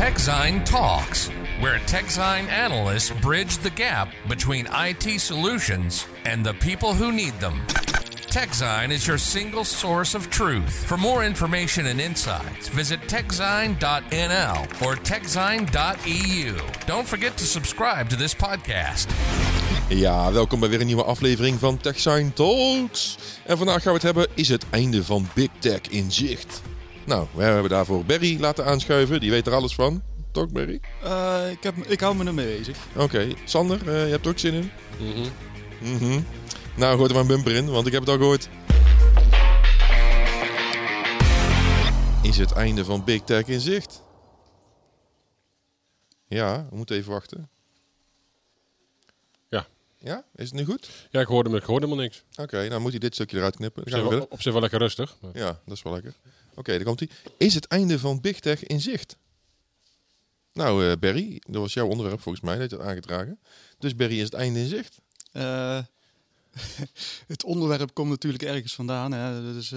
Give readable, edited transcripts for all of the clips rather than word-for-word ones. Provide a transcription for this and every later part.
TechZine Talks, where TechZine analysts bridge the gap between IT solutions and the people who need them. TechZine is your single source of truth. For more information and insights, visit techzine.nl or techzine.eu. Don't forget to subscribe to this podcast. Ja, welkom bij weer een nieuwe aflevering van TechZine Talks. En vandaag gaan we het hebben, is het einde van Big Tech in zicht? Nou, we hebben daarvoor Barry laten aanschuiven, die weet er alles van. Toch, Barry? Ik hou me ermee bezig. Oké. Sander, je hebt er ook zin in? Nou, gooi er maar een bumper in, want ik heb het al gehoord. Is het einde van Big Tech in zicht? Ja, we moeten even wachten. Ja. Ja? Is het nu goed? Ja, ik hoorde helemaal niks. Oké, nou moet hij dit stukje eruit knippen. Op zich wel lekker rustig. Maar... Ja, dat is wel lekker. Oké, daar komt hij. Is het einde van Big Tech in zicht? Nou, Barry, dat was jouw onderwerp volgens mij, dat je het aangedragen. Dus Barry, is het einde in zicht? Het onderwerp komt natuurlijk ergens vandaan. Hè. Dus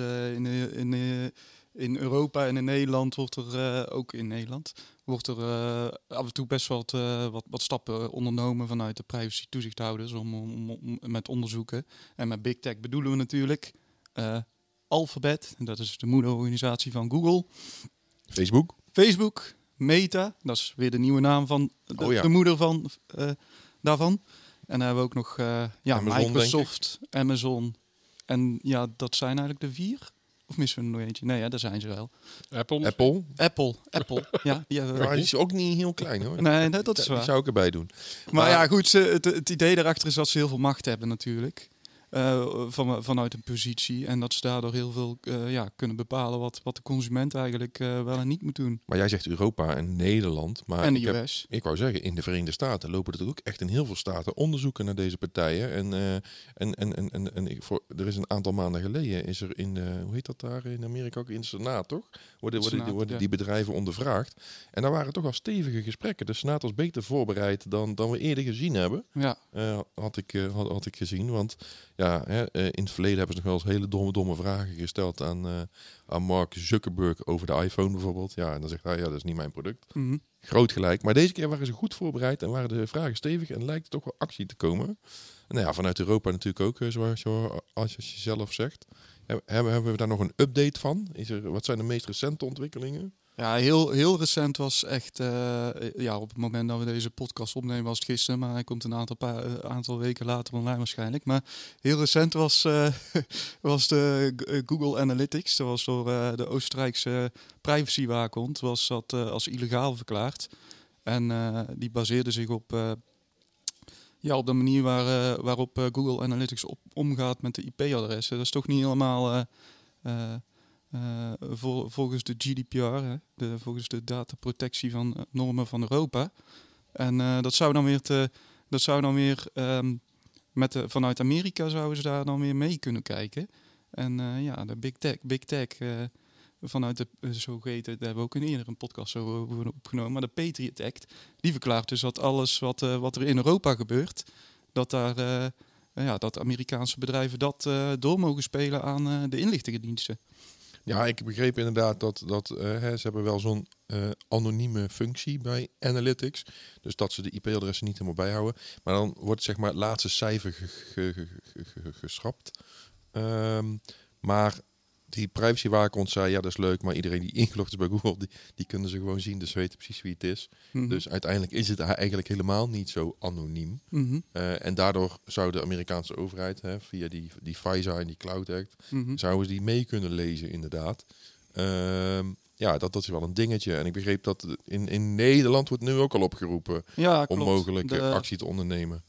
in Europa en in Nederland wordt er, ook in Nederland, wordt er af en toe best wel wat stappen ondernomen vanuit de privacy toezichthouders om met onderzoeken. En met Big Tech bedoelen we natuurlijk Alphabet, en dat is de moederorganisatie van Google. Facebook, Meta, dat is weer de nieuwe naam van de moeder van daarvan. En dan hebben we ook nog Amazon, Microsoft, Amazon. En ja, dat zijn eigenlijk de 4. Of missen we er nog eentje? Nee, ja, daar zijn ze wel. Apple. Ja, die hebben we. Maar die is ook niet heel klein, hoor. Nee, dat is waar. Die zou ik erbij doen. Maar ja, goed, het idee daarachter is dat ze heel veel macht hebben natuurlijk. Vanuit een positie. En dat ze daardoor heel veel kunnen bepalen wat de consument eigenlijk wel en niet moet doen. Maar jij zegt Europa en Nederland. Maar en de US. Ik wou zeggen, in de Verenigde Staten lopen er ook echt in heel veel staten onderzoeken naar deze partijen. Er is een aantal maanden geleden, is er hoe heet dat daar in Amerika ook, in de Senaat, toch? Worden die bedrijven ondervraagd. En daar waren toch al stevige gesprekken. De Senaat was beter voorbereid dan we eerder gezien hebben. Ja. Had ik gezien, want... Ja, in het verleden hebben ze nog wel eens hele domme vragen gesteld aan Mark Zuckerberg over de iPhone bijvoorbeeld. Ja, en dan zegt hij, dat is niet mijn product. Mm-hmm. Groot gelijk. Maar deze keer waren ze goed voorbereid en waren de vragen stevig en lijkt er toch wel actie te komen. En nou ja, vanuit Europa natuurlijk ook, zoals je zelf zegt. Hebben we daar nog een update van? Wat zijn de meest recente ontwikkelingen? Ja, heel recent was echt... op het moment dat we deze podcast opnemen was het gisteren. Maar hij komt een aantal weken later online waarschijnlijk. Maar heel recent was de Google Analytics. Dat was door de Oostenrijkse privacywaakhond. Was dat als illegaal verklaard. En die baseerde zich op de manier waarop Google Analytics omgaat met de IP-adressen. Dat is toch niet helemaal... volgens de GDPR, volgens de dataprotectie van normen van Europa. En dat zou dan weer vanuit Amerika zouden ze daar dan weer mee kunnen kijken. En de Big Tech vanuit de zogeheten, daar hebben we ook eerder een podcast over opgenomen, maar de Patriot Act, die verklaart dus dat alles wat er in Europa gebeurt, dat daar dat Amerikaanse bedrijven dat door mogen spelen aan de inlichtingendiensten. Ja, ik begreep inderdaad dat ze hebben wel zo'n anonieme functie bij Analytics. Dus dat ze de IP-adressen niet helemaal bijhouden. Maar dan wordt zeg maar het laatste cijfer geschrapt. Maar die privacywaakhond zei, ja dat is leuk, maar iedereen die ingelogd is bij Google, die kunnen ze gewoon zien. Dus ze weten precies wie het is. Mm-hmm. Dus uiteindelijk is het eigenlijk helemaal niet zo anoniem. Mm-hmm. En daardoor zou de Amerikaanse overheid, via die FISA en die Cloud Act, zouden ze die mee kunnen lezen inderdaad. Dat is wel een dingetje. En ik begreep dat in Nederland wordt nu ook al opgeroepen om mogelijk actie te ondernemen.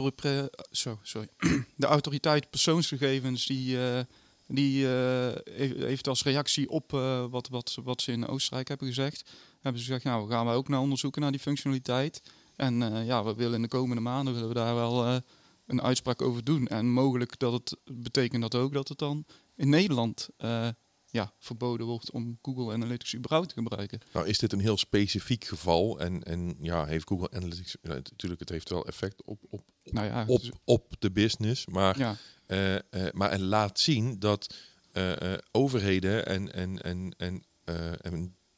De autoriteit persoonsgegevens die heeft als reactie op wat ze in Oostenrijk hebben gezegd, hebben ze gezegd, nou, we gaan ook naar onderzoeken naar die functionaliteit. En we willen in de komende maanden daar wel een uitspraak over doen. En mogelijk betekent dat ook dat het dan in Nederland verboden wordt om Google Analytics überhaupt te gebruiken. Nou, is dit een heel specifiek geval? En heeft Google Analytics... natuurlijk, het heeft wel effect op de business. Maar, maar het laat zien dat overheden en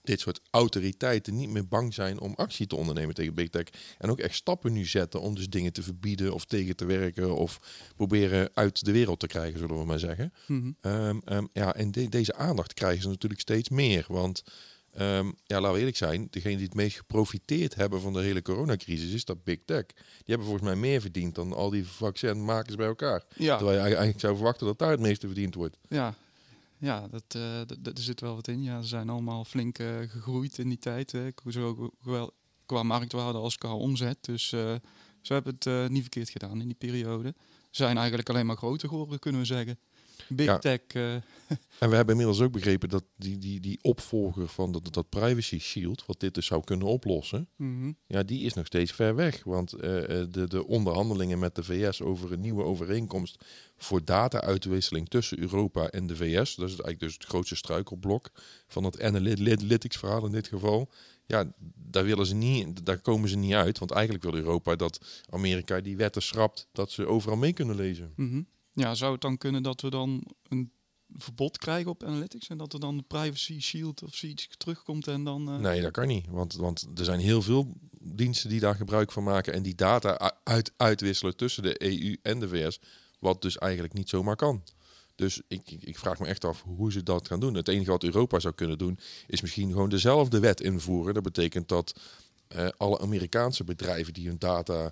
dit soort autoriteiten niet meer bang zijn om actie te ondernemen tegen Big Tech. En ook echt stappen nu zetten om dus dingen te verbieden of tegen te werken of proberen uit de wereld te krijgen, zullen we maar zeggen. En deze aandacht krijgen ze natuurlijk steeds meer. Want laten we eerlijk zijn, degene die het meest geprofiteerd hebben van de hele coronacrisis is dat Big Tech. Die hebben volgens mij meer verdiend dan al die vaccinmakers bij elkaar. Ja. Terwijl je eigenlijk zou verwachten dat daar het meeste verdiend wordt. Ja, er zit wel wat in. Ja, ze zijn allemaal flink gegroeid in die tijd. Zowel qua marktwaarde als qua omzet. Dus ze hebben het niet verkeerd gedaan in die periode. Ze zijn eigenlijk alleen maar groter geworden, kunnen we zeggen. Big Tech. En we hebben inmiddels ook begrepen dat die opvolger van dat Privacy Shield, wat dit dus zou kunnen oplossen, die is nog steeds ver weg. Want de onderhandelingen met de VS over een nieuwe overeenkomst voor data-uitwisseling tussen Europa en de VS, dat is eigenlijk dus het grootste struikelblok van het analytics-verhaal in dit geval. Ja, daar komen ze niet uit. Want eigenlijk wil Europa dat Amerika die wetten schrapt, dat ze overal mee kunnen lezen. Ja, zou het dan kunnen dat we dan een verbod krijgen op analytics en dat er dan de Privacy Shield of zoiets terugkomt en dan... Nee, dat kan niet. Want er zijn heel veel diensten die daar gebruik van maken en die data uitwisselen tussen de EU en de VS, wat dus eigenlijk niet zomaar kan. Dus ik vraag me echt af hoe ze dat gaan doen. Het enige wat Europa zou kunnen doen is misschien gewoon dezelfde wet invoeren. Dat betekent dat alle Amerikaanse bedrijven die hun data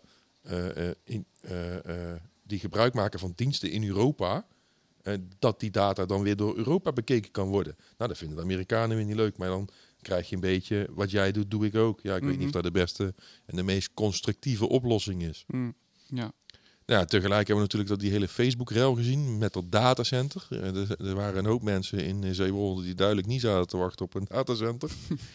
die gebruik maken van diensten in Europa, dat die data dan weer door Europa bekeken kan worden. Nou, dat vinden de Amerikanen weer niet leuk, maar dan krijg je een beetje wat jij doet, doe ik ook. Ja, ik weet niet of dat de beste en de meest constructieve oplossing is. Ja, tegelijk hebben we natuurlijk die hele Facebook-rel gezien met dat datacenter. Er waren een hoop mensen in Zeewolde die duidelijk niet zaten te wachten op een datacenter.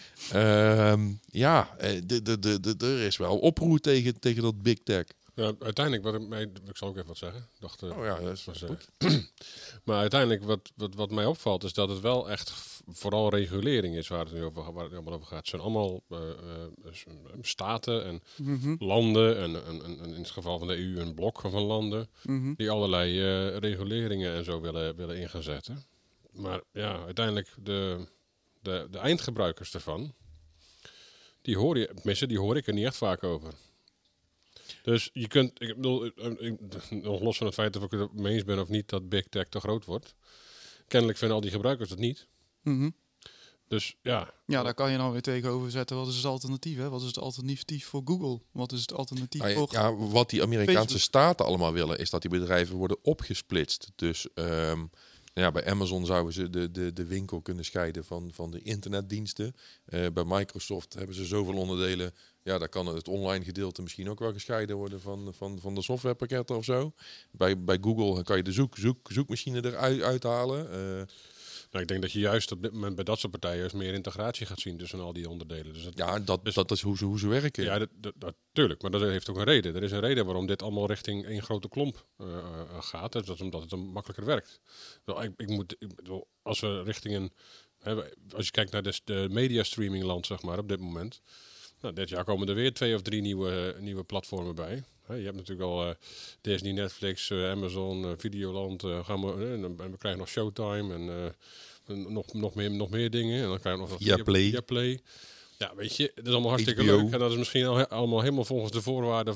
Er is wel oproer tegen dat Big Tech. Ja, uiteindelijk, ik zal ook even wat zeggen. Dat is goed. Maar uiteindelijk, wat mij opvalt, is dat het wel echt vooral regulering is waar het nu allemaal over gaat. Het zijn allemaal staten en landen en in het geval van de EU een blok van landen die allerlei reguleringen en zo willen in gaan zetten. Maar ja, uiteindelijk de eindgebruikers ervan, die hoor ik er niet echt vaak over. Dus je kunt, ik bedoel, nog los van het feit of ik het mee eens ben of niet dat Big Tech te groot wordt. Kennelijk vinden al die gebruikers dat niet. Dus ja. Ja, daar kan je nou weer tegenover zetten. Wat is het alternatief? Hè? Wat is het alternatief voor Google? Wat is het alternatief voor... Ja, wat die Amerikaanse Facebook staten allemaal willen, is dat die bedrijven worden opgesplitst. Dus bij Amazon zouden ze de winkel kunnen scheiden van de internetdiensten. Bij Microsoft hebben ze zoveel onderdelen. Ja, daar kan het online gedeelte misschien ook wel gescheiden worden van de softwarepakketten of zo. Bij Google kan je de zoekmachine eruit uithalen. Nou, ik denk dat je juist op dit moment bij dat soort partijen meer integratie gaat zien tussen al die onderdelen. Dus dat is hoe ze werken. Ja, tuurlijk. Maar dat heeft ook een reden. Er is een reden waarom dit allemaal richting één grote klomp gaat. Dat is omdat het dan makkelijker werkt. Als we richting een... Als je kijkt naar de mediastreamingland, zeg maar, op dit moment. Nou, dit jaar komen er weer 2 of 3 nieuwe platformen bij. Je hebt natuurlijk al Disney, Netflix, Amazon, Videoland. En we krijgen nog Showtime en nog meer dingen. En dan krijgen we nog Viaplay. Ja, weet je, het is allemaal hartstikke HBO. leuk. En dat is misschien allemaal helemaal volgens de voorwaarden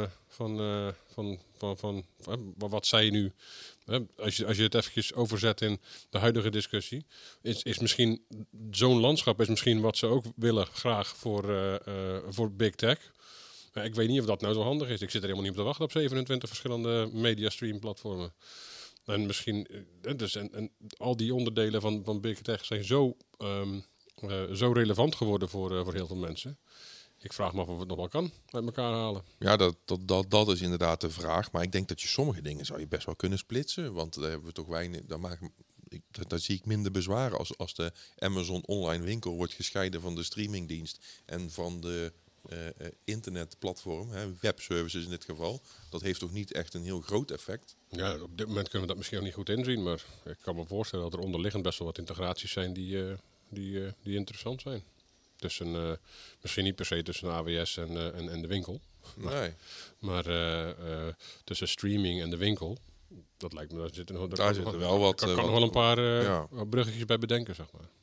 van wat zij nu... Als je het eventjes overzet in de huidige discussie, is misschien zo'n landschap is misschien wat ze ook willen graag voor Big Tech. Ja, ik weet niet of dat nou zo handig is. Ik zit er helemaal niet op te wachten op 27 verschillende mediastream platformen. En misschien, en al die onderdelen van Big Tech zijn zo relevant geworden voor heel veel mensen. Ik vraag me af of het nog wel kan uit elkaar halen. Ja, dat is inderdaad de vraag. Maar ik denk dat je sommige dingen zou je best wel kunnen splitsen. Want daar hebben we toch weinig. Daar zie ik minder bezwaren als de Amazon online winkel wordt gescheiden van de streamingdienst en van de internetplatform, webservices in dit geval. Dat heeft toch niet echt een heel groot effect? Ja, op dit moment kunnen we dat misschien ook niet goed inzien. Maar ik kan me voorstellen dat er onderliggend best wel wat integraties zijn die interessant zijn. Misschien niet per se tussen de AWS en de winkel. Nee. Maar tussen streaming en de winkel, dat lijkt me... Daar zitten wel wat... kan nog wel een paar bruggetjes bij bedenken, zeg maar.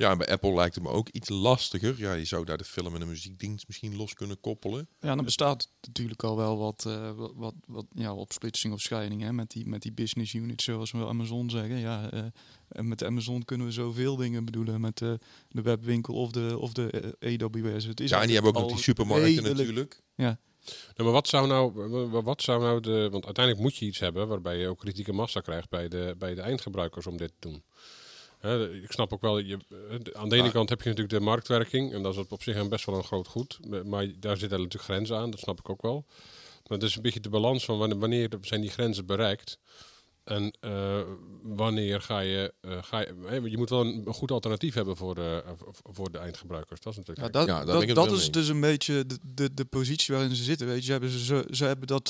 Ja, en bij Apple lijkt het me ook iets lastiger. Ja, je zou daar de film en de muziekdienst misschien los kunnen koppelen. Ja, dan bestaat natuurlijk al wel wat opsplitsing of scheiding, hè, met die business units, zoals we Amazon zeggen. Ja, en met Amazon kunnen we zoveel dingen bedoelen. Met de webwinkel of de AWS. Het is Ja, en die hebben ook nog die supermarkten redelijk, natuurlijk. Ja. Nou, maar wat zou nou want uiteindelijk moet je iets hebben waarbij je ook kritieke massa krijgt bij de eindgebruikers om dit te doen. Ik snap ook wel, aan de ene kant heb je natuurlijk de marktwerking. En dat is op zich best wel een groot goed. Maar daar zitten natuurlijk grenzen aan, dat snap ik ook wel. Maar het is een beetje de balans van wanneer zijn die grenzen bereikt. En wanneer ga je... je moet wel een goed alternatief hebben voor de eindgebruikers. Dat is natuurlijk... Dat is dus een beetje de positie waarin ze zitten. Weet je, ze hebben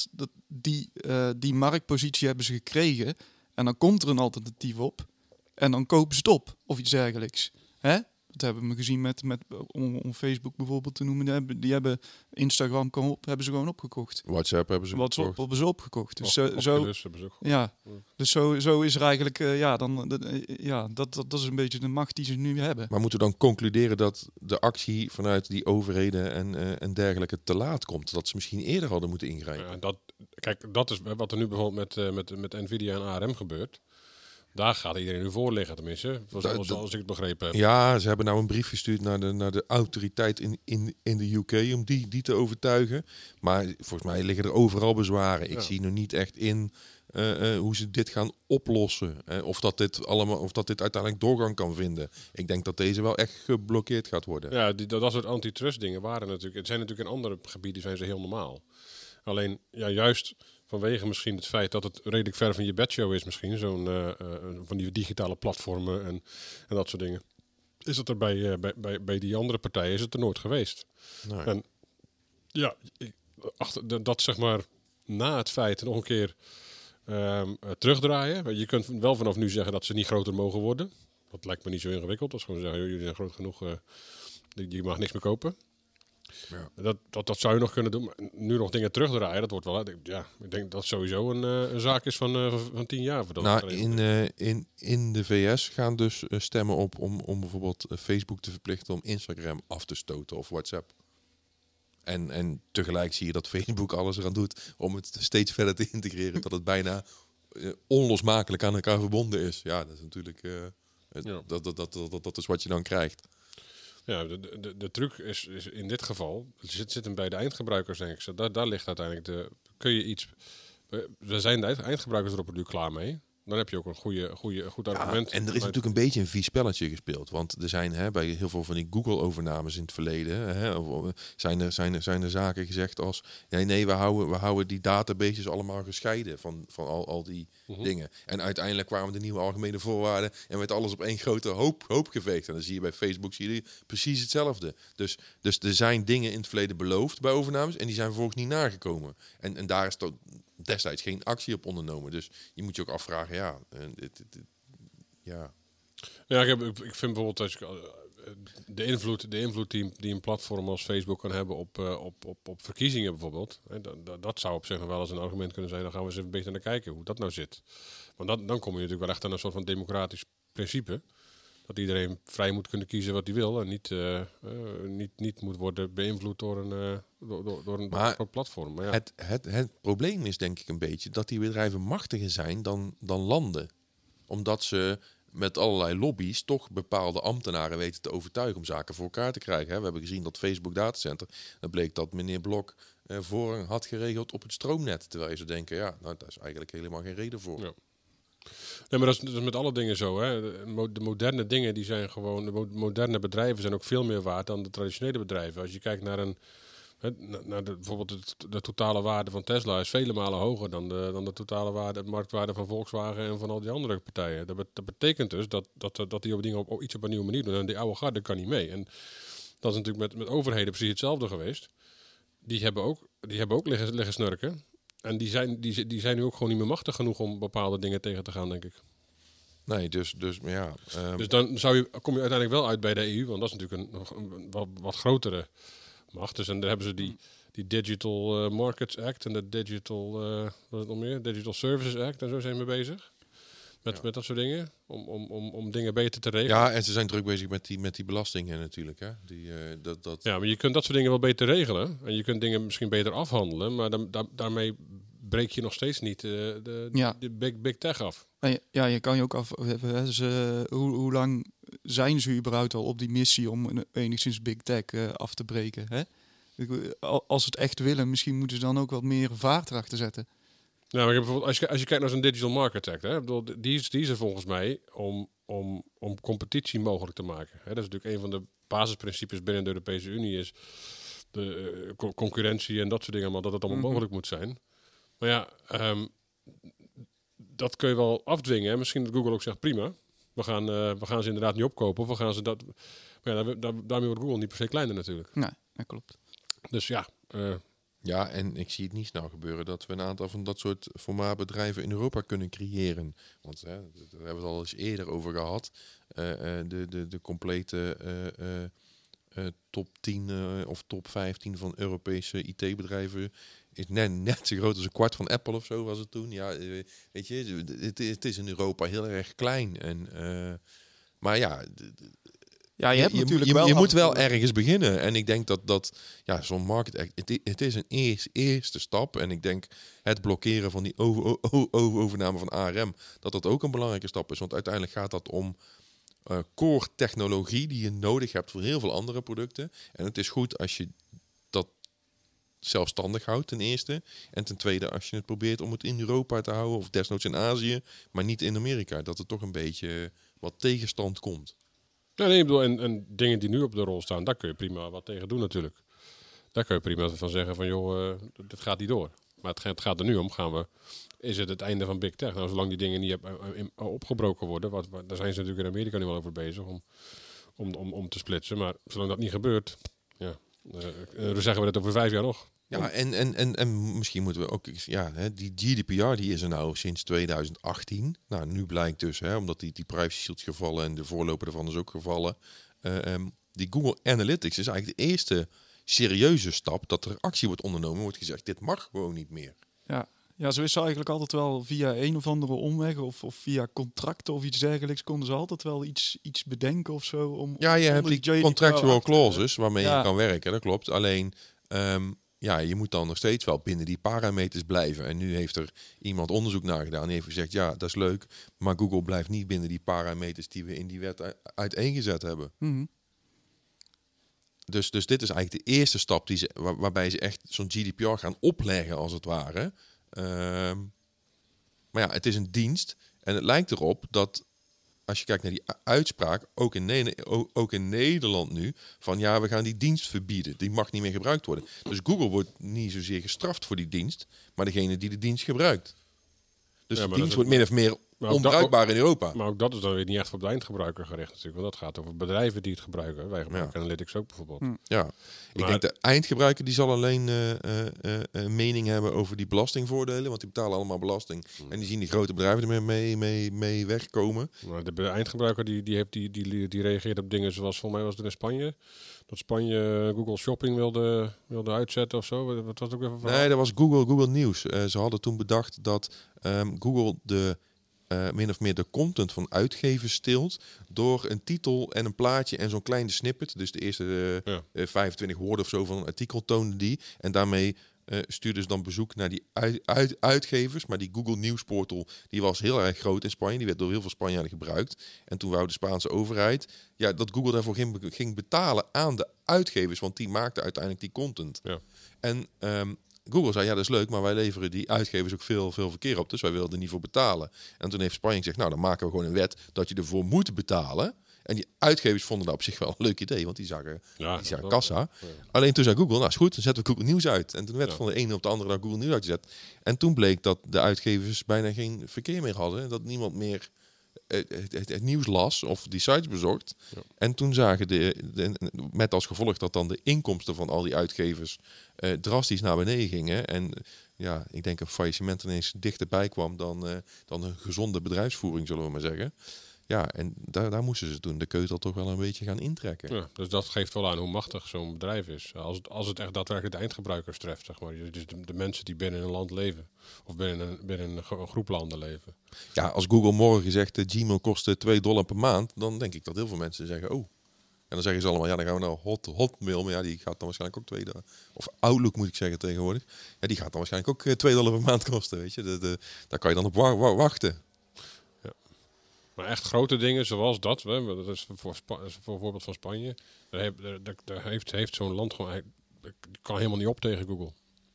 die marktpositie hebben ze gekregen. En dan komt er een alternatief op. En dan kopen ze het op, of iets dergelijks. Hè? Dat hebben we gezien om Facebook bijvoorbeeld te noemen. Die hebben Instagram hebben ze gewoon opgekocht. WhatsApp hebben ze opgekocht. Hebben ze opgekocht. Dus hebben ze ook. Ja, dus zo is er eigenlijk... dat is een beetje de macht die ze nu hebben. Maar moeten we dan concluderen dat de actie vanuit die overheden en dergelijke te laat komt? Dat ze misschien eerder hadden moeten ingrijpen? Ja, dat is wat er nu bijvoorbeeld met Nvidia en ARM gebeurt. Daar gaat iedereen nu voor liggen, tenminste. Zoals ik het begrepen heb. Ja, ze hebben nou een brief gestuurd naar de autoriteit in de UK om die te overtuigen. Maar volgens mij liggen er overal bezwaren. Ik zie nog niet echt in hoe ze dit gaan oplossen. Of dat dit uiteindelijk doorgang kan vinden. Ik denk dat deze wel echt geblokkeerd gaat worden. Ja, dat soort antitrust dingen waren natuurlijk... Het zijn natuurlijk in andere gebieden zijn ze heel normaal. Alleen, juist... Vanwege misschien het feit dat het redelijk ver van je bedshow is misschien. Van die digitale platformen en dat soort dingen. Is het er bij die andere partijen is het er nooit geweest. Nee. En ja, dat zeg maar na het feit nog een keer terugdraaien. Je kunt wel vanaf nu zeggen dat ze niet groter mogen worden. Dat lijkt me niet zo ingewikkeld. Dat is gewoon zeggen, jullie zijn groot genoeg. Je mag niks meer kopen. Ja. Dat zou je nog kunnen doen. Maar nu nog dingen terugdraaien, dat wordt wel... Ja, ik denk dat het sowieso een zaak is van 10 jaar. In de VS gaan dus stemmen op om bijvoorbeeld Facebook te verplichten om Instagram af te stoten of WhatsApp. En tegelijk zie je dat Facebook alles eraan doet om het steeds verder te integreren, dat het bijna onlosmakelijk aan elkaar verbonden is. Ja, dat is natuurlijk... Dat is wat je dan krijgt. Ja, de truc is in dit geval, zit hem bij de eindgebruikers, denk ik. Daar ligt uiteindelijk kun je iets... We zijn de eindgebruikers er nu klaar mee. Dan heb je ook een goed argument. En er is natuurlijk een beetje een vies spelletje gespeeld. Want er zijn bij heel veel van die Google-overnames in het verleden... zijn er zaken gezegd als... Nee, we houden die databases allemaal gescheiden van al die dingen. En uiteindelijk kwamen de nieuwe algemene voorwaarden... en werd alles op één grote hoop geveegd. En dan zie je bij Facebook precies hetzelfde. Dus er zijn dingen in het verleden beloofd bij overnames... en die zijn vervolgens niet nagekomen. En daar is destijds geen actie op ondernomen. Dus je moet je ook afvragen, ik vind bijvoorbeeld als de invloed die een platform als Facebook kan hebben op verkiezingen bijvoorbeeld. Dat zou op zich nog wel eens een argument kunnen zijn. Dan gaan we eens even een beetje naar kijken hoe dat nou zit. Want dan kom je natuurlijk wel echt aan een soort van democratisch principe. Dat iedereen vrij moet kunnen kiezen wat hij wil. En niet moet worden beïnvloed door een platform. Maar ja. Het probleem is denk ik een beetje dat die bedrijven machtiger zijn dan landen. Omdat ze met allerlei lobby's toch bepaalde ambtenaren weten te overtuigen om zaken voor elkaar te krijgen. We hebben gezien dat Facebook datacenter, dan bleek dat meneer Blok voorrang had geregeld op het stroomnet. Terwijl je zou denken, daar is eigenlijk helemaal geen reden voor. Ja. Nee, maar dat is met alle dingen zo. Hè. De moderne dingen, die zijn gewoon... De moderne bedrijven zijn ook veel meer waard dan de traditionele bedrijven. Als je kijkt naar bijvoorbeeld de totale waarde van Tesla is vele malen hoger dan de totale marktwaarde van Volkswagen en van al die andere partijen. Dat betekent dus dat die dingen op een nieuwe manier doen. En die oude garde kan niet mee. En dat is natuurlijk met overheden precies hetzelfde geweest. Die hebben ook liggen snurken. En die zijn nu ook gewoon niet meer machtig genoeg om bepaalde dingen tegen te gaan, denk ik. Nee, dus ja. Dus dan kom je uiteindelijk wel uit bij de EU, want dat is natuurlijk een wat grotere macht. Dus en daar hebben ze die Digital Markets Act en de Digital Services Act en zo zijn we bezig. met dat soort dingen. Om dingen beter te regelen. Ja, en ze zijn druk bezig met die belastingen natuurlijk. Hè? Ja, maar je kunt dat soort dingen wel beter regelen. En je kunt dingen misschien beter afhandelen. Maar daarmee breek je nog steeds niet de big tech af. Ja, je kan je ook af... Hoe lang zijn ze überhaupt al op die missie om enigszins big tech af te breken? Hè? Als ze het echt willen, misschien moeten ze dan ook wat meer vaart erachter zetten. Nou, maar bijvoorbeeld, als je kijkt naar zo'n digital market act, hè, die is er volgens mij om competitie mogelijk te maken. Hè. Dat is natuurlijk een van de basisprincipes binnen de Europese Unie is de concurrentie en dat soort dingen allemaal, dat het allemaal mogelijk moet zijn. Maar ja, dat kun je wel afdwingen. Hè. Misschien dat Google ook zegt, prima, we gaan ze inderdaad niet opkopen. Of we gaan ze dat... Maar ja, daarmee wordt Google niet per se kleiner natuurlijk. Nee, dat klopt. Dus ja... Ja, en ik zie het niet snel gebeuren dat we een aantal van dat soort formaatbedrijven in Europa kunnen creëren. Want daar hebben we het al eens eerder over gehad. De complete top 10 of top 15 van Europese IT-bedrijven is net zo groot als een kwart van Apple of zo was het toen. Ja, weet je, het is in Europa heel erg klein. Maar ja... Ja, je moet wel ergens beginnen. En ik denk dat zo'n market act, het is een eerste stap. En ik denk het blokkeren van die overname van ARM, dat ook een belangrijke stap is. Want uiteindelijk gaat dat om core technologie die je nodig hebt voor heel veel andere producten. En het is goed als je dat zelfstandig houdt, ten eerste. En ten tweede, als je het probeert om het in Europa te houden, of desnoods in Azië, maar niet in Amerika. Dat er toch een beetje wat tegenstand komt. Ja, nee, ik bedoel, en dingen die nu op de rol staan, daar kun je prima wat tegen doen natuurlijk. Daar kun je prima van zeggen van, joh, dit gaat niet door. Maar het gaat er nu om, is het einde van Big Tech? Nou, zolang die dingen niet opgebroken worden, daar zijn ze natuurlijk in Amerika nu wel over bezig om te splitsen. Maar zolang dat niet gebeurt, zeggen we dat over 5 jaar nog. Ja, en misschien moeten we ook... Ja, die GDPR die is er nou sinds 2018. Nou, nu blijkt dus, omdat die privacy shield is gevallen en de voorloper ervan is ook gevallen. Die Google Analytics is eigenlijk de eerste serieuze stap dat er actie wordt ondernomen. Wordt gezegd, dit mag gewoon niet meer. Ja, zo is ze eigenlijk altijd wel via een of andere omweg of via contracten of iets dergelijks konden ze altijd wel iets bedenken of zo. Je hebt die contractual clauses waarmee je kan werken, dat klopt. Alleen... je moet dan nog steeds wel binnen die parameters blijven. En nu heeft er iemand onderzoek naar gedaan. Die heeft gezegd, ja, dat is leuk. Maar Google blijft niet binnen die parameters die we in die wet uiteengezet hebben. Mm-hmm. Dus dit is eigenlijk de eerste stap waarbij ze echt zo'n GDPR gaan opleggen, als het ware. Maar ja, het is een dienst. En het lijkt erop dat... Als je kijkt naar die uitspraak, ook in Nederland nu, van we gaan die dienst verbieden. Die mag niet meer gebruikt worden. Dus Google wordt niet zozeer gestraft voor die dienst, maar degene die de dienst gebruikt. Dus de dienst wordt min of meer onbruikbaar in Europa. Maar ook dat is dan weer niet echt voor de eindgebruiker gericht natuurlijk. Want dat gaat over bedrijven die het gebruiken. Wij gebruiken Analytics ook bijvoorbeeld. Ja, ik denk de eindgebruiker die zal alleen mening hebben over die belastingvoordelen. Want die betalen allemaal belasting. En die zien die grote bedrijven er mee wegkomen. Maar de eindgebruiker die reageert op dingen zoals, volgens mij was het in Spanje. Dat Spanje Google Shopping wilde uitzetten of zo. Wat was het ook even? Nee, dat was Google News. Ze hadden toen bedacht dat Google min of meer de content van uitgevers stilt door een titel en een plaatje en zo'n kleine snippet. Dus de eerste 25 woorden of zo van een artikel toonden die. En daarmee stuurden ze dan bezoek naar die uitgevers. Maar die Google News portal die was heel erg groot in Spanje. Die werd door heel veel Spanjaarden gebruikt. En toen wou de Spaanse overheid dat Google daarvoor ging betalen aan de uitgevers. Want die maakten uiteindelijk die content. Ja. En Google zei, dat is leuk, maar wij leveren die uitgevers ook veel verkeer op. Dus wij wilden er niet voor betalen. En toen heeft Spanje gezegd, nou, dan maken we gewoon een wet dat je ervoor moet betalen. En die uitgevers vonden dat op zich wel een leuk idee, want die zagen kassa. Ja. Alleen toen zei Google, nou is goed, dan zetten we Google Nieuws uit. En toen werd van de ene op de andere dag Google Nieuws uitgezet. En toen bleek dat de uitgevers bijna geen verkeer meer hadden. Dat niemand meer het nieuws las of die sites bezocht. Ja. En toen zagen met als gevolg dat dan de inkomsten van al die uitgevers drastisch naar beneden gingen. En ik denk een faillissement ineens dichterbij kwam dan een gezonde bedrijfsvoering, zullen we maar zeggen. Ja, en daar moesten ze toen de keutel toch wel een beetje gaan intrekken. Ja, dus dat geeft wel aan hoe machtig zo'n bedrijf is. Als het echt daadwerkelijk de eindgebruikers treft, zeg maar. Dus de mensen die binnen een land leven. Of binnen een groep landen leven. Ja, als Google morgen zegt Gmail kost $2 per maand, dan denk ik dat heel veel mensen zeggen, oh. En dan zeggen ze allemaal, ja, dan gaan we naar Hotmail. Maar ja, die gaat dan waarschijnlijk ook of Outlook moet ik zeggen tegenwoordig. Ja, die gaat dan waarschijnlijk ook $2 per maand kosten, weet je. Daar kan je dan op wachten. Maar echt grote dingen zoals dat, dat is voor voorbeeld van Spanje. Daar heeft zo'n land gewoon, kan helemaal niet op tegen Google.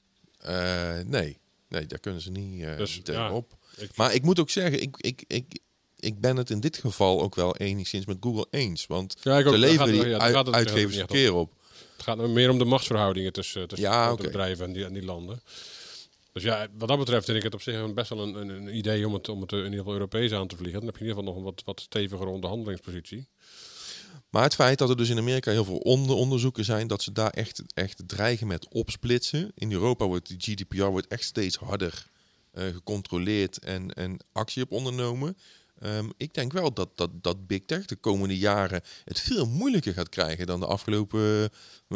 Nee, daar kunnen ze niet tegenop. Ja, maar ik moet ook zeggen, ik ben het in dit geval ook wel enigszins met Google eens. Want ze leveren uitgeversverkeer op. Het gaat meer om de machtsverhoudingen tussen de bedrijven en die landen. Dus ja, wat dat betreft vind ik het op zich best wel een idee om het in ieder geval Europees aan te vliegen. Dan heb je in ieder geval nog een wat stevigere onderhandelingspositie. Maar het feit dat er dus in Amerika heel veel onderzoeken zijn, dat ze daar echt dreigen met opsplitsen. In Europa wordt die GDPR echt steeds harder gecontroleerd en actie op ondernomen. Ik denk wel dat Big Tech de komende jaren het veel moeilijker gaat krijgen dan de afgelopen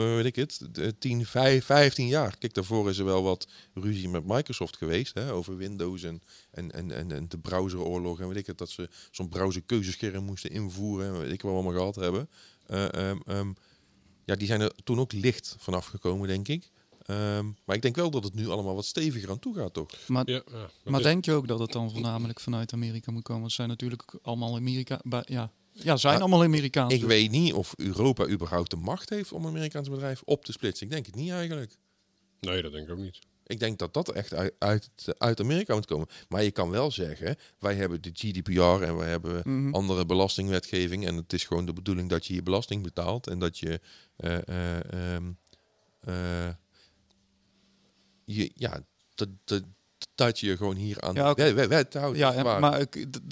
10, 15 jaar. Kijk, daarvoor is er wel wat ruzie met Microsoft geweest, hè, over Windows en de browseroorlog. En weet ik het, dat ze zo'n browserkeuzescherm moesten invoeren en weet ik wat we allemaal gehad hebben. Ja, die zijn er toen ook licht vanaf gekomen, denk ik. Maar ik denk wel dat het nu allemaal wat steviger aan toe gaat, toch? Maar denk je ook dat het dan voornamelijk vanuit Amerika moet komen? Het zijn natuurlijk allemaal allemaal Amerikaans. Ik weet niet of Europa überhaupt de macht heeft om een Amerikaans bedrijf op te splitsen. Ik denk het niet eigenlijk. Nee, dat denk ik ook niet. Ik denk dat dat echt uit Amerika moet komen. Maar je kan wel zeggen, wij hebben de GDPR en wij hebben andere belastingwetgeving. En het is gewoon de bedoeling dat je belasting betaalt en dat je... dat je gewoon hier aan wet houdt. Ja, maar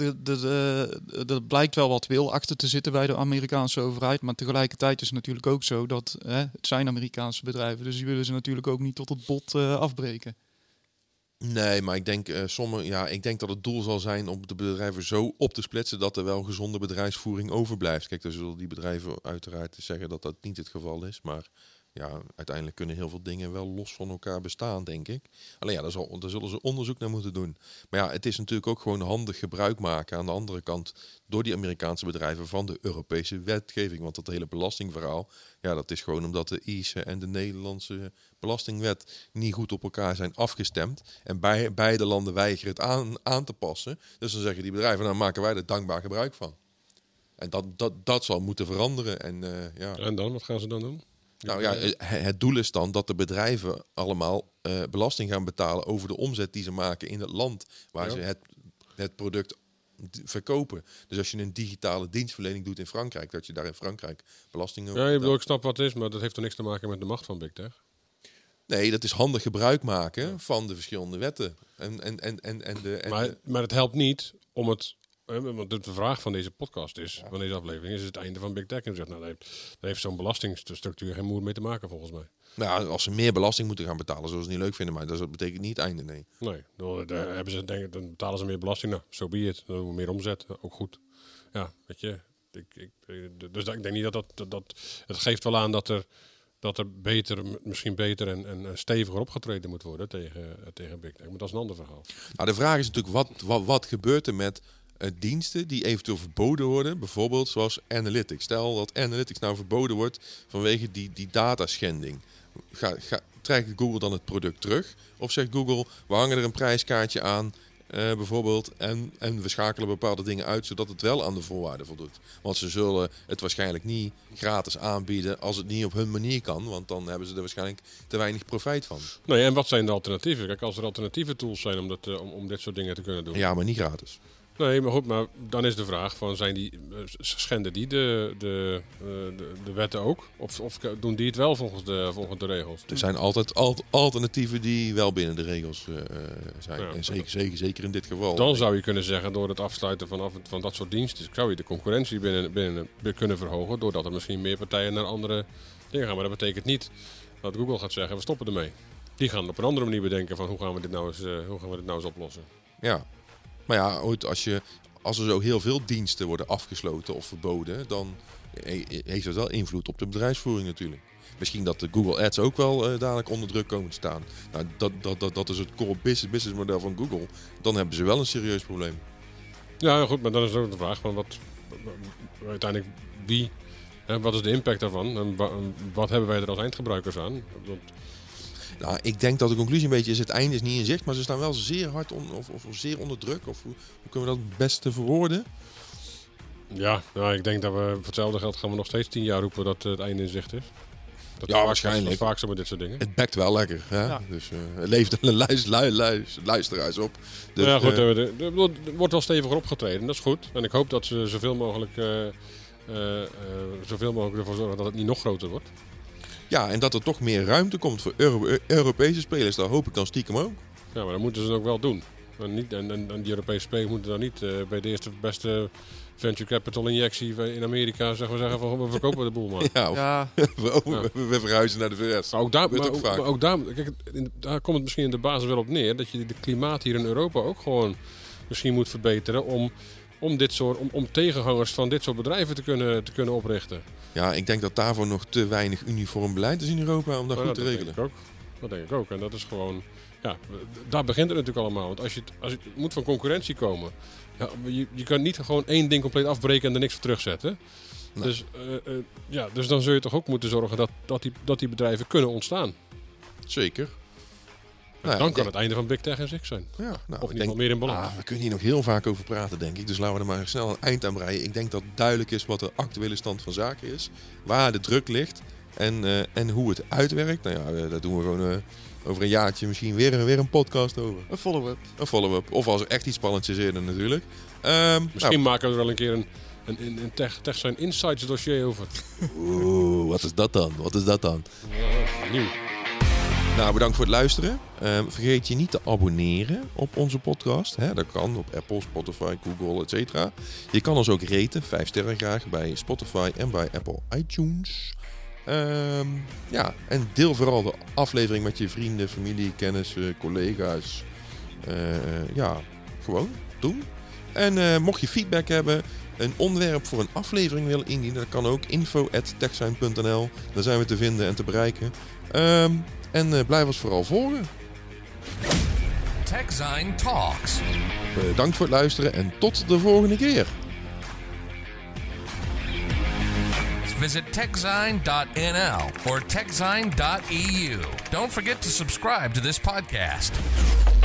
er blijkt wel wat wil achter te zitten bij de Amerikaanse overheid. Maar tegelijkertijd is het natuurlijk ook zo dat het zijn Amerikaanse bedrijven. Dus die willen ze natuurlijk ook niet tot het bot afbreken. Nee, maar ik denk, ik denk dat het doel zal zijn om de bedrijven zo op te splitsen dat er wel gezonde bedrijfsvoering overblijft. Kijk, dan zullen die bedrijven uiteraard zeggen dat dat niet het geval is, maar... Ja, uiteindelijk kunnen heel veel dingen wel los van elkaar bestaan, denk ik. Alleen ja, daar zullen ze onderzoek naar moeten doen. Maar ja, het is natuurlijk ook gewoon handig gebruik maken aan de andere kant door die Amerikaanse bedrijven van de Europese wetgeving. Want dat hele belastingverhaal, ja, dat is gewoon omdat de Ierse en de Nederlandse belastingwet niet goed op elkaar zijn afgestemd. En beide landen weigeren het aan te passen. Dus dan zeggen die bedrijven, nou maken wij er dankbaar gebruik van. En dat zal moeten veranderen. En dan, wat gaan ze dan doen? Nou ja, het doel is dan dat de bedrijven allemaal belasting gaan betalen over de omzet die ze maken in het land waar ze het product verkopen. Dus als je een digitale dienstverlening doet in Frankrijk, dat je daar in Frankrijk belasting over betaalt. Ik snap wat het is, maar dat heeft toch niks te maken met de macht van Big Tech? Nee, dat is handig gebruik maken van de verschillende wetten. Maar het helpt niet om het... Want de vraag van deze podcast is, van deze aflevering, is het einde van Big Tech. En zegt, nou, daar heeft zo'n belastingstructuur geen moer mee te maken, volgens mij. Nou, als ze meer belasting moeten gaan betalen, zoals ze niet leuk vinden, maar dat betekent niet het einde, nee. Nee, dan betalen ze meer belasting. Nou, so be it. Dan doen we meer omzet, ook goed. Ja, weet je. Dus ik denk niet dat het geeft wel aan dat er misschien beter en steviger opgetreden moet worden tegen Big Tech. Maar dat is een ander verhaal. Nou, de vraag is natuurlijk, wat gebeurt er met diensten die eventueel verboden worden, bijvoorbeeld zoals Analytics. Stel dat Analytics nou verboden wordt vanwege die dataschending. Trekt Google dan het product terug? Of zegt Google, we hangen er een prijskaartje aan, bijvoorbeeld, en we schakelen bepaalde dingen uit, zodat het wel aan de voorwaarden voldoet. Want ze zullen het waarschijnlijk niet gratis aanbieden als het niet op hun manier kan, want dan hebben ze er waarschijnlijk te weinig profijt van. Nee, en wat zijn de alternatieven? Kijk, als er alternatieve tools zijn om dit soort dingen te kunnen doen. Ja, maar niet gratis. Nee, maar goed, maar dan is de vraag van, schenden die de wetten ook? Of doen die het wel volgens de regels? Er zijn altijd alternatieven die wel binnen de regels zijn. Ja, en zeker in dit geval. Dan zou je kunnen zeggen, door het afsluiten van dat soort diensten, zou je de concurrentie binnen kunnen verhogen, doordat er misschien meer partijen naar andere dingen gaan. Maar dat betekent niet dat Google gaat zeggen, we stoppen ermee. Die gaan op een andere manier bedenken van, hoe gaan we dit nou eens oplossen? Ja. Maar ja, als als er zo heel veel diensten worden afgesloten of verboden, dan heeft dat wel invloed op de bedrijfsvoering natuurlijk. Misschien dat de Google Ads ook wel dadelijk onder druk komen te staan. Nou, dat is het core business model van Google. Dan hebben ze wel een serieus probleem. Ja, goed, maar dan is ook de vraag van uiteindelijk wat is de impact daarvan? En wat hebben wij er als eindgebruikers aan? Nou, ik denk dat de conclusie een beetje is, het einde is niet in zicht, maar ze staan wel zeer hard of zeer onder druk. Of hoe kunnen we dat het beste verwoorden? Ja, nou, ik denk dat we voor hetzelfde geld gaan we nog steeds 10 jaar roepen dat het einde in zicht is. Dat waarschijnlijk. Dat is vaak zo met dit soort dingen. Het bekt wel lekker. Hè? Ja. Dus leeft luisteraars op. Dus, ja, goed, er wordt wel steviger opgetreden. Dat is goed. En ik hoop dat ze zoveel mogelijk ervoor zorgen dat het niet nog groter wordt. Ja, en dat er toch meer ruimte komt voor Europese spelers. Dat hoop ik dan stiekem ook. Ja, maar dat moeten ze ook wel doen. En die Europese spelers moeten dan niet bij de eerste beste venture capital injectie in Amerika zeggen van we verkopen de boel maar. Ja, we verhuizen naar de VS. Maar ook daar, kijk, daar komt het misschien in de basis wel op neer dat je de klimaat hier in Europa ook gewoon misschien moet verbeteren om tegenhangers van dit soort bedrijven te kunnen oprichten. Ja, ik denk dat daarvoor nog te weinig uniform beleid is in Europa om dat goed te regelen. Dat denk ik ook. En dat is gewoon, ja, daar begint het natuurlijk allemaal. Want als je het moet van concurrentie komen. Ja, je kan niet gewoon één ding compleet afbreken en er niks voor terugzetten. Nee. Dus dan zul je toch ook moeten zorgen dat die bedrijven kunnen ontstaan. Zeker. Dan kan het einde van Big Tech en Zig zijn. Ja, of in ieder geval meer in balans. We kunnen hier nog heel vaak over praten, denk ik. Dus laten we er maar snel een eind aan breien. Ik denk dat duidelijk is wat de actuele stand van zaken is. Waar de druk ligt en hoe het uitwerkt. Nou ja, dat doen we gewoon over een jaartje misschien weer een podcast over. Een follow-up. Of als er echt iets spannends is eerder natuurlijk. Misschien maken we er wel een keer een TechZine Insights dossier over. Oeh, wat is dat dan? Ja, nieuw. Nou, bedankt voor het luisteren. Vergeet je niet te abonneren op onze podcast. Dat kan op Apple, Spotify, Google, etc. Je kan ons ook raten, 5 sterren graag, bij Spotify en bij Apple iTunes. En deel vooral de aflevering met je vrienden, familie, kennissen, collega's. Gewoon doen. En mocht je feedback hebben, een onderwerp voor een aflevering willen indienen, dat kan ook info@techzine.nl. Daar zijn we te vinden en te bereiken. En blijf ons vooral volgen. TechZine Talks. Bedankt voor het luisteren en tot de volgende keer. Visit techzine.nl or techzine.eu. Don't forget to subscribe to this podcast.